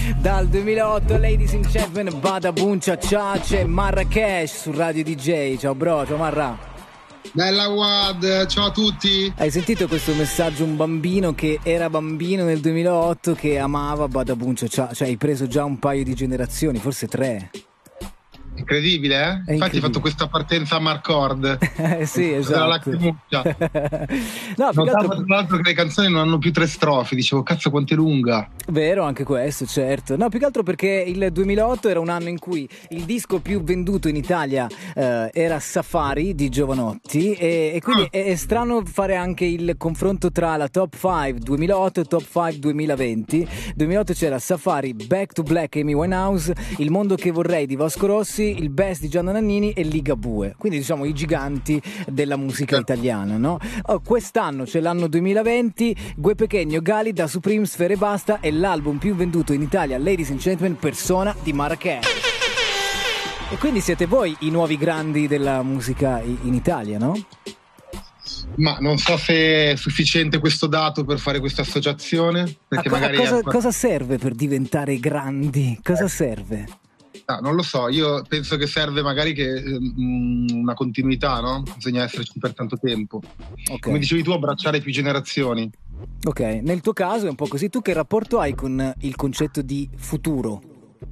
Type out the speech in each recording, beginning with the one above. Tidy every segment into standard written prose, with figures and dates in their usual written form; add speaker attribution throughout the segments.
Speaker 1: Dal 2008, ladies and gentlemen, Bada Boom Cia Cia, c'è Marrakesh su Radio DJ. Ciao bro, ciao Marra.
Speaker 2: Bella Wad, ciao a tutti.
Speaker 1: Hai sentito questo messaggio? Un bambino che era bambino nel 2008 che amava Bada Boom Cia Cia. Cioè hai preso già un paio di generazioni, forse 3.
Speaker 2: Incredibile, eh? Infatti
Speaker 1: incredibile.
Speaker 2: hai fatto questa partenza a Marcord.
Speaker 1: Sì, esatto.
Speaker 2: Lacrimuccia.
Speaker 1: No, più che altro...
Speaker 2: tra l'altro che le canzoni non hanno più 3 strofe. Dicevo, cazzo quanto è lunga.
Speaker 1: Vero, anche questo, certo. No, più che altro perché il 2008 era un anno in cui il disco più venduto in Italia era Safari di Giovanotti e quindi è strano fare anche il confronto tra la Top 5 2008 e Top 5 2020. 2008 c'era Safari, Back to Black Amy Winehouse, Il mondo che vorrei di Vasco Rossi, Il Best di Gianna Nannini e Ligabue, quindi diciamo i giganti della musica italiana, no? Quest'anno c'è l'anno 2020, Gue Pequeno, Gali, Da Supreme, Sfere Basta e l'album più venduto in Italia, Ladies and Gentlemen, Persona di Marrakesh. E quindi siete voi i nuovi grandi della musica in Italia, no?
Speaker 2: Ma non so se è sufficiente questo dato per fare questa associazione, perché magari
Speaker 1: cosa serve per diventare grandi? Cosa serve?
Speaker 2: Non lo so, io penso che serve magari che una continuità, no? Bisogna esserci per tanto tempo.
Speaker 1: Okay.
Speaker 2: Come dicevi tu, abbracciare più generazioni.
Speaker 1: Ok, nel tuo caso è un po' così. Tu che rapporto hai con il concetto di futuro?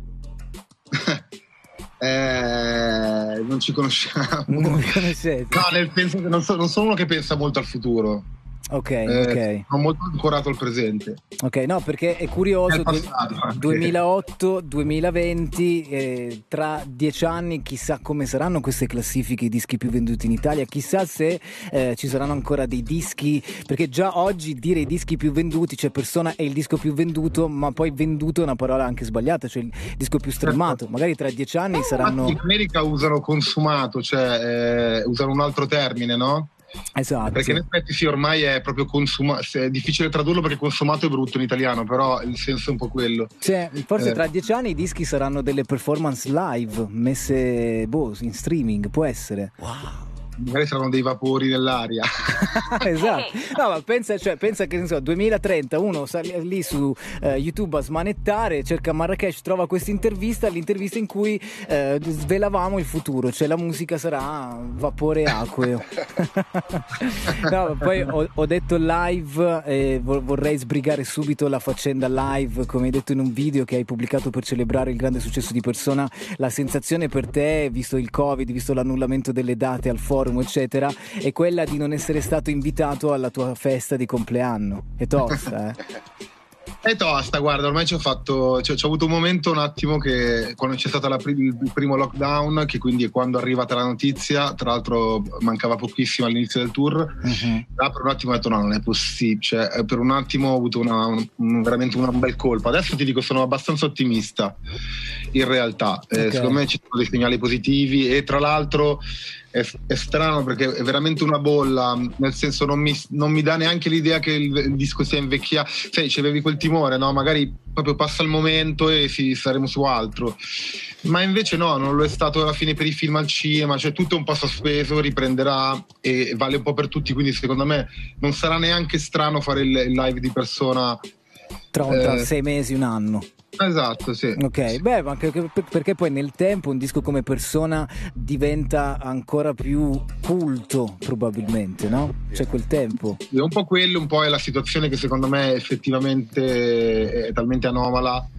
Speaker 2: Non ci conosciamo.
Speaker 1: Non vi conoscete?
Speaker 2: No, nel senso che non sono uno che pensa molto al futuro.
Speaker 1: Ok.
Speaker 2: Sono molto ancorato al presente.
Speaker 1: Ok, no, perché è curioso. 2008-2020, tra 10 anni chissà come saranno queste classifiche, i dischi più venduti in Italia, chissà se ci saranno ancora dei dischi, perché già oggi dire i dischi più venduti, cioè Persona è il disco più venduto, ma poi venduto è una parola anche sbagliata, cioè il disco più streamato. Magari tra 10 anni saranno...
Speaker 2: In America usano consumato, cioè usano un altro termine, no?
Speaker 1: Esatto.
Speaker 2: Perché in effetti sì, ormai è proprio consumato, è difficile tradurlo perché consumato è brutto in italiano, però il senso è un po' quello.
Speaker 1: Cioè, forse tra 10 anni i dischi saranno delle performance live messe in streaming, può essere.
Speaker 2: Wow. Magari saranno dei vapori nell'aria.
Speaker 1: Esatto. No, ma pensa che 2030 uno sale lì su YouTube a smanettare, cerca Marrakesh, trova questa intervista, l'intervista in cui svelavamo il futuro, cioè la musica sarà vapore acqueo. No, poi ho detto live e vorrei sbrigare subito la faccenda live, come hai detto in un video che hai pubblicato per celebrare il grande successo di Persona. La sensazione per te, visto il Covid, visto l'annullamento delle date al forum eccetera, è quella di non essere stato invitato alla tua festa di compleanno. È tosta,
Speaker 2: È tosta, guarda, ormai ci ho avuto un momento un attimo che quando c'è stato il primo lockdown, che quindi è quando è arrivata la notizia, tra l'altro mancava pochissimo all'inizio del tour, per un attimo ho detto no, non è possibile, cioè, per un attimo ho avuto veramente un bel colpo. Adesso ti dico, sono abbastanza ottimista in realtà, secondo me ci sono dei segnali positivi e tra l'altro è strano perché è veramente una bolla, nel senso non mi dà neanche l'idea che il disco sia invecchiato, sai, c'avevi quel timore, no? Magari proprio passa il momento e saremo su altro, ma invece no, non lo è stato alla fine per i film al cinema, cioè tutto è un po' sospeso, riprenderà e vale un po' per tutti, quindi secondo me non sarà neanche strano fare il live di Persona
Speaker 1: tra 6 mesi, un anno.
Speaker 2: Esatto, sì.
Speaker 1: Ok, beh, ma anche perché poi nel tempo un disco come Persona diventa ancora più culto, probabilmente, no? C'è quel tempo.
Speaker 2: È un po' quello, un po' è la situazione che secondo me effettivamente è talmente anomala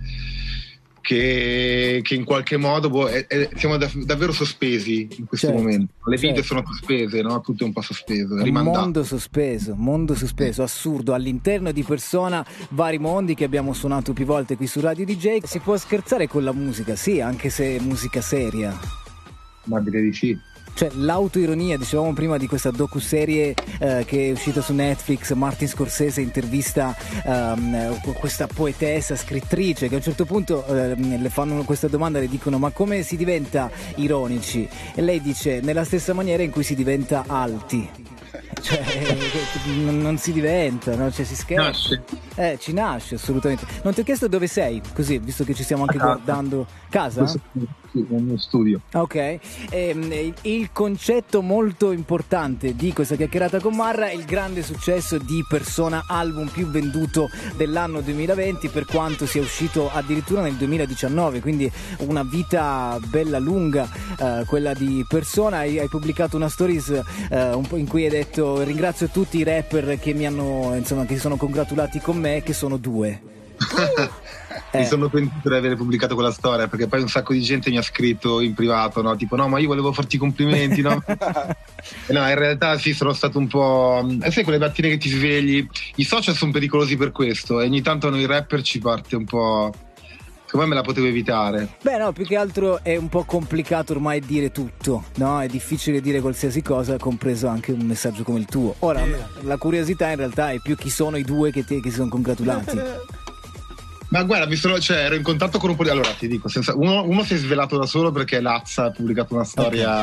Speaker 2: che in qualche modo siamo davvero sospesi in questo momento. Le vite sono sospese, no? Tutto è un po' sospeso, è rimandato.
Speaker 1: Mondo sospeso, assurdo. All'interno di Persona, vari mondi che abbiamo suonato più volte qui su Radio DJ. Si può scherzare con la musica, sì, anche se è musica seria.
Speaker 2: Ma direi di sì.
Speaker 1: Cioè l'autoironia, dicevamo prima di questa docuserie che è uscita su Netflix, Martin Scorsese intervista questa poetessa, scrittrice, che a un certo punto le fanno questa domanda, le dicono ma come si diventa ironici? E lei dice nella stessa maniera in cui si diventa alti. cioè non si diventa, no? Cioè si scherza. Ci nasce assolutamente. Non ti ho chiesto dove sei, così, visto che ci stiamo anche guardando. Casa?
Speaker 2: Sì, nel mio studio.
Speaker 1: Ok, il concetto molto importante di questa chiacchierata con Marra è il grande successo di Persona, album più venduto dell'anno 2020, per quanto sia uscito addirittura nel 2019, quindi una vita bella lunga, quella di Persona. Hai pubblicato una stories un po' in cui hai detto: ringrazio tutti i rapper che mi hanno, insomma, che si sono congratulati con me, che sono 2.
Speaker 2: Mi sono pentito di aver pubblicato quella storia, perché poi un sacco di gente mi ha scritto in privato, no? Tipo, no, ma io volevo farti i complimenti, no? E no, in realtà sì, sono stato un po'... sai quelle mattine che ti svegli? I social sono pericolosi per questo, e ogni tanto a noi rapper ci parte un po'... Secondo me la potevo evitare.
Speaker 1: Beh, no, più che altro è un po' complicato ormai dire tutto, no? È difficile dire qualsiasi cosa, compreso anche un messaggio come il tuo. Ora, la curiosità in realtà è più chi sono i 2 che si sono congratulati.
Speaker 2: Ma guarda, ero in contatto con un po' di... Allora ti dico, uno si è svelato da solo perché Lazza ha pubblicato una storia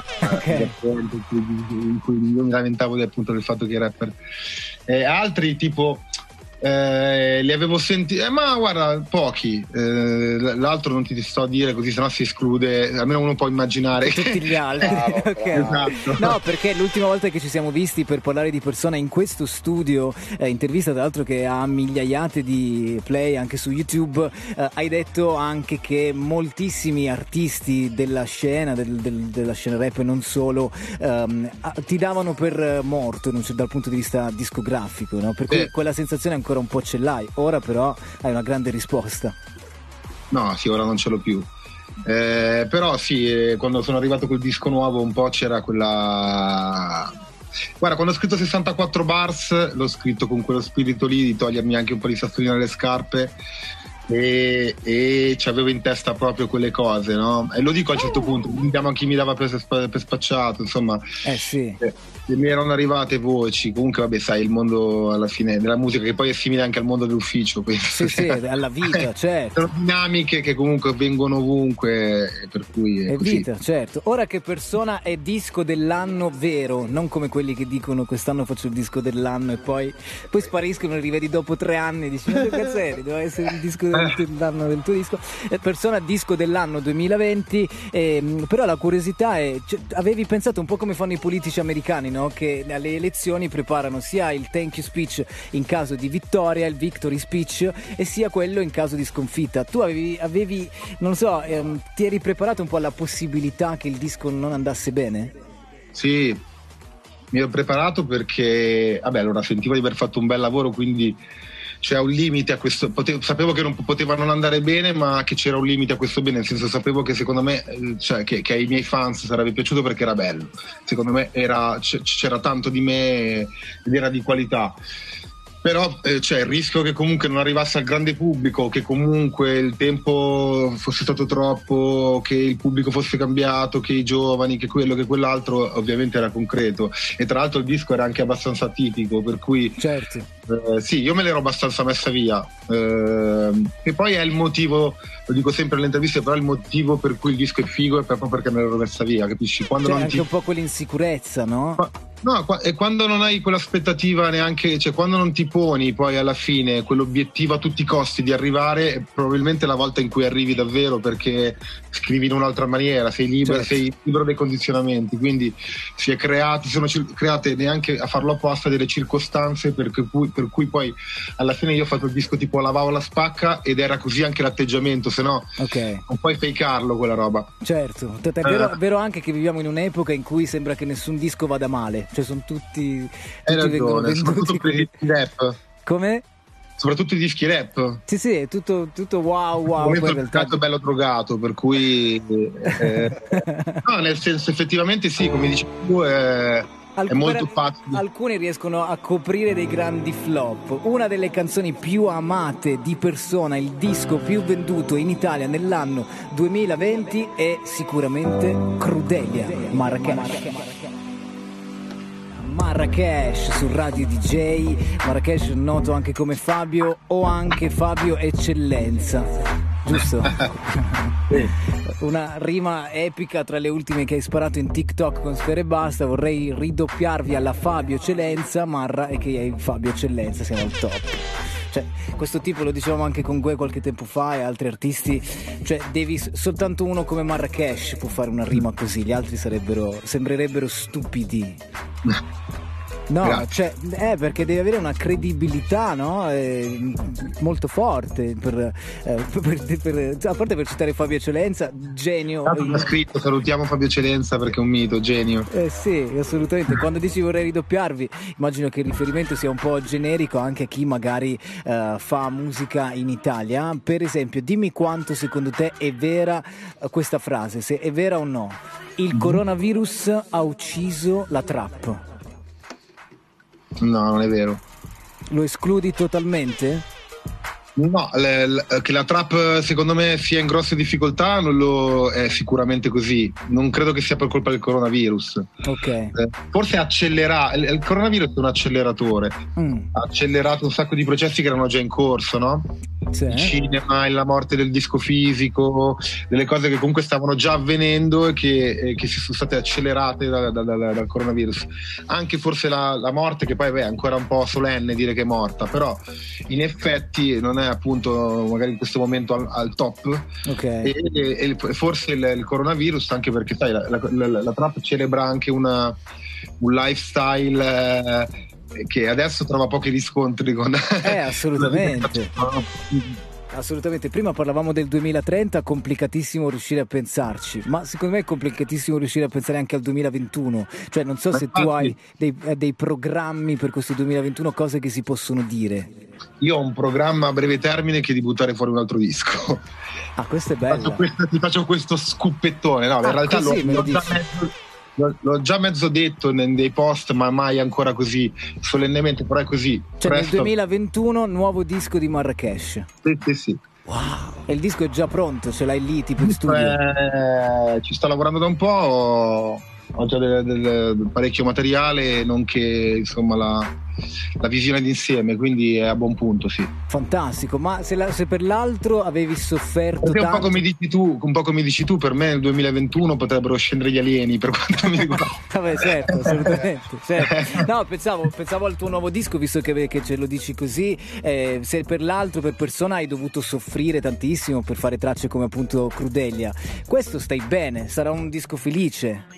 Speaker 2: in cui io mi lamentavo appunto del fatto che i rapper... altri tipo... li avevo sentiti, ma guarda, pochi. L'altro non ti sto a dire, così sennò si esclude, almeno uno può immaginare
Speaker 1: tutti gli altri. Okay. Esatto. No, perché l'ultima volta che ci siamo visti per parlare di Persona in questo studio, intervista tra l'altro che ha migliaiate di play anche su YouTube, hai detto anche che moltissimi artisti della scena della scena rap e non solo ti davano per morto dal punto di vista discografico, no? Per cui quella sensazione ancora un po' ce l'hai, ora però hai una grande risposta.
Speaker 2: No, sì, ora non ce l'ho più. Però sì, quando sono arrivato col disco nuovo un po' c'era quella... Guarda, quando ho scritto 64 bars l'ho scritto con quello spirito lì di togliermi anche un po' di sassolini dalle scarpe e ci avevo in testa proprio quelle cose, no? E lo dico a un certo punto, vediamo chi mi dava per spacciato, insomma.
Speaker 1: Sì.
Speaker 2: Mi erano arrivate voci, comunque vabbè, sai, il mondo alla fine della musica, che poi è simile anche al mondo dell'ufficio,
Speaker 1: sì, alla vita, certo.
Speaker 2: Sono dinamiche che comunque avvengono ovunque, per cui
Speaker 1: è vita, certo. Ora che Persona è disco dell'anno vero, non come quelli che dicono quest'anno faccio il disco dell'anno e poi spariscono e rivedi dopo 3 anni e dici ma che cazzo eri, doveva essere il disco dell'anno del tuo disco. Persona disco dell'anno 2020, però la curiosità è, avevi pensato un po' come fanno i politici americani, no? Che alle elezioni preparano sia il thank you speech in caso di vittoria, il victory speech, e sia quello in caso di sconfitta. Tu avevi non so, ti eri preparato un po' alla possibilità che il disco non andasse bene?
Speaker 2: Sì, mi ero preparato perché allora sentivo di aver fatto un bel lavoro, quindi c'è un limite a questo, sapevo che non poteva non andare bene, ma che c'era un limite a questo bene, nel senso sapevo che secondo me, cioè che ai miei fans sarebbe piaciuto perché era bello, secondo me c'era tanto di me ed era di qualità. Però c'è il rischio che comunque non arrivasse al grande pubblico, che comunque il tempo fosse stato troppo, che il pubblico fosse cambiato, che i giovani, che quello, che quell'altro, ovviamente era concreto. E tra l'altro il disco era anche abbastanza atipico, per cui
Speaker 1: certo.
Speaker 2: Sì, io me l'ero abbastanza messa via. E poi è il motivo, lo dico sempre nelle interviste, però il motivo per cui il disco è figo è proprio perché me l'ero messa via, capisci? Quando non
Speaker 1: anche un po' quell'insicurezza, no?
Speaker 2: No, e quando non hai quell'aspettativa neanche, cioè quando non ti poni poi alla fine quell'obiettivo a tutti i costi di arrivare, è probabilmente la volta in cui arrivi davvero, perché scrivi in un'altra maniera, sei libero, certo. Sei libero dai condizionamenti, quindi sono create neanche a farlo apposta delle circostanze per cui poi alla fine io ho fatto il disco tipo lavavo la spacca ed era così anche l'atteggiamento, se no non puoi fakearlo quella roba.
Speaker 1: Certo, è vero anche che viviamo in un'epoca in cui sembra che nessun disco vada male, cioè sono tutti vengono venduti,
Speaker 2: soprattutto per i rap.
Speaker 1: Come?
Speaker 2: Soprattutto i dischi rap.
Speaker 1: Sì, è tutto wow.
Speaker 2: Poi in realtà è bello drogato, per cui no, nel senso effettivamente sì, come dici tu è molto facile.
Speaker 1: Alcuni riescono a coprire dei grandi flop. Una delle canzoni più amate di Persona, il disco più venduto in Italia nell'anno 2020 è sicuramente Crudelia, Marrakesh su Radio DJ. Marrakesh noto anche come Fabio o anche Fabio Eccellenza. giusto? Una rima epica tra le ultime che hai sparato in TikTok con Sfera e Basta. Vorrei ridoppiarvi alla Fabio Eccellenza, Marra, e che è Fabio Eccellenza, siamo al top. Cioè, questo tipo lo dicevamo anche con Gue qualche tempo fa e altri artisti, cioè devi soltanto uno come Marrakesh può fare una rima così, gli altri sembrerebbero stupidi. No, cioè, perché devi avere una credibilità, no? Molto forte a parte per citare Fabio Eccellenza, genio.
Speaker 2: Ha scritto, salutiamo Fabio Eccellenza perché è un mito, genio.
Speaker 1: Sì, assolutamente. Quando dici vorrei ridoppiarvi, immagino che il riferimento sia un po' generico anche a chi magari fa musica in Italia. Per esempio, dimmi quanto secondo te è vera questa frase, se è vera o no. Il coronavirus ha ucciso la trap.
Speaker 2: No, non è vero.
Speaker 1: Lo escludi totalmente?
Speaker 2: No, che la trap secondo me sia in grosse difficoltà non lo è sicuramente così. Non credo che sia per colpa del coronavirus.
Speaker 1: Ok.
Speaker 2: Forse il coronavirus è un acceleratore. Ha accelerato un sacco di processi che erano già in corso, no?
Speaker 1: Sì.
Speaker 2: Il cinema, la morte del disco fisico, delle cose che comunque stavano già avvenendo e che si sono state accelerate dal coronavirus. Anche forse la morte, che poi è ancora un po' solenne dire che è morta, però in effetti non è appunto magari in questo momento al top.
Speaker 1: Okay.
Speaker 2: E forse il coronavirus, anche perché sai la trap celebra anche un lifestyle che adesso trova pochi riscontri con
Speaker 1: assolutamente. Assolutamente, prima parlavamo del 2030, complicatissimo riuscire a pensarci, ma secondo me è complicatissimo riuscire a pensare anche al 2021, cioè non so se tu hai dei programmi per questo 2021, cose che si possono dire.
Speaker 2: Io ho un programma a breve termine che è di buttare fuori un altro disco.
Speaker 1: Ah, questo è bello.
Speaker 2: Ti faccio questo scuppettone, no? In realtà l'ho già mezzo detto nei post, ma mai ancora così solennemente, però è così.
Speaker 1: Cioè presto. Nel 2021 nuovo disco di Marrakesh.
Speaker 2: Sì.
Speaker 1: Wow. E il disco è già pronto, ce l'hai lì tipo in studio?
Speaker 2: Ci sto lavorando da un po', ho già del parecchio materiale, nonché insomma la visione d'insieme, quindi è a buon punto, sì.
Speaker 1: Fantastico, ma se per l'altro avevi sofferto
Speaker 2: tanto...
Speaker 1: un
Speaker 2: po' come dici tu, per me nel 2021 potrebbero scendere gli alieni, per quanto mi riguarda.
Speaker 1: Vabbè, certo, assolutamente, certo. No, pensavo al tuo nuovo disco, visto che ce lo dici così, se per l'altro, per Persona hai dovuto soffrire tantissimo per fare tracce come appunto Crudelia, questo stai bene, sarà un disco felice.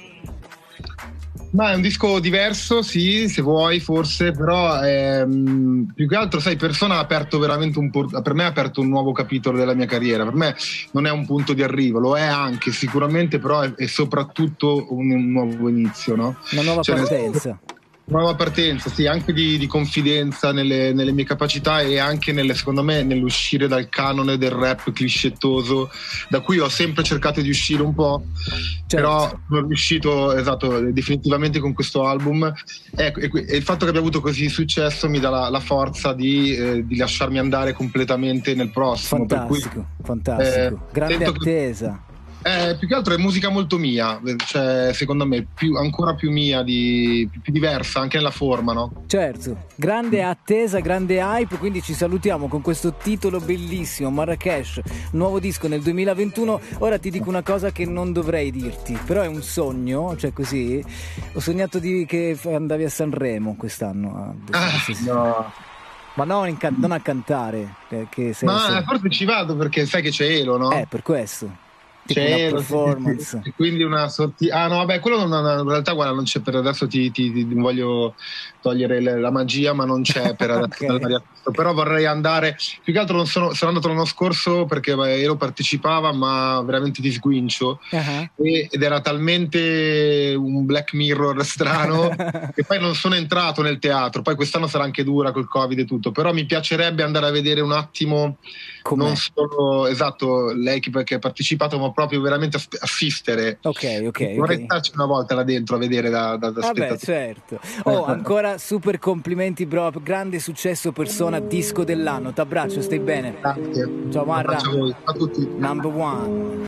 Speaker 2: Ma è un disco diverso, sì, se vuoi forse, però più che altro, sai, Persona ha aperto veramente per me ha aperto un nuovo capitolo della mia carriera. Per me non è un punto di arrivo, lo è anche sicuramente, però è soprattutto un nuovo inizio, no?
Speaker 1: Una nuova partenza.
Speaker 2: Nuova partenza, sì, anche di confidenza nelle mie capacità e anche secondo me nell'uscire dal canone del rap cliscettoso da cui ho sempre cercato di uscire un po', certo. Però non riuscito, esatto, definitivamente con questo album. Ecco, e il fatto che abbia avuto così successo mi dà la forza di lasciarmi andare completamente nel prossimo.
Speaker 1: Fantastico, fantastico. Grande attesa.
Speaker 2: Più che altro è musica molto mia, cioè secondo me ancora più mia, più diversa anche nella forma, no?
Speaker 1: Certo, grande attesa, grande hype, quindi ci salutiamo con questo titolo bellissimo, Marrakesh, nuovo disco nel 2021. Ora ti dico una cosa che non dovrei dirti, però è un sogno, cioè così, ho sognato che andavi a Sanremo quest'anno.
Speaker 2: No.
Speaker 1: Ma non a cantare, perché
Speaker 2: forse ci vado perché sai che c'è Elo, no?
Speaker 1: Per questo.
Speaker 2: C'è
Speaker 1: una performance.
Speaker 2: Sì, quindi una no, vabbè, quello in realtà guarda non c'è per adesso, ti voglio togliere la magia, ma non c'è per adesso. Okay. Però vorrei andare, più che altro sono andato l'anno scorso perché Elo partecipava, ma veramente di sguincio, ed era talmente un Black Mirror strano che poi non sono entrato nel teatro. Poi quest'anno sarà anche dura col Covid e tutto, però mi piacerebbe andare a vedere un attimo. Com'è? Non solo, esatto, lei che ha partecipato, ma proprio veramente assistere.
Speaker 1: Ok.
Speaker 2: Vorrei starci una volta là dentro a vedere da spettatore.
Speaker 1: Certo. Ancora super complimenti, bro. Grande successo, Persona, disco dell'anno. T'abbraccio, stai bene.
Speaker 2: Grazie.
Speaker 1: Ciao Marra.
Speaker 2: Ciao a tutti.
Speaker 1: Number one.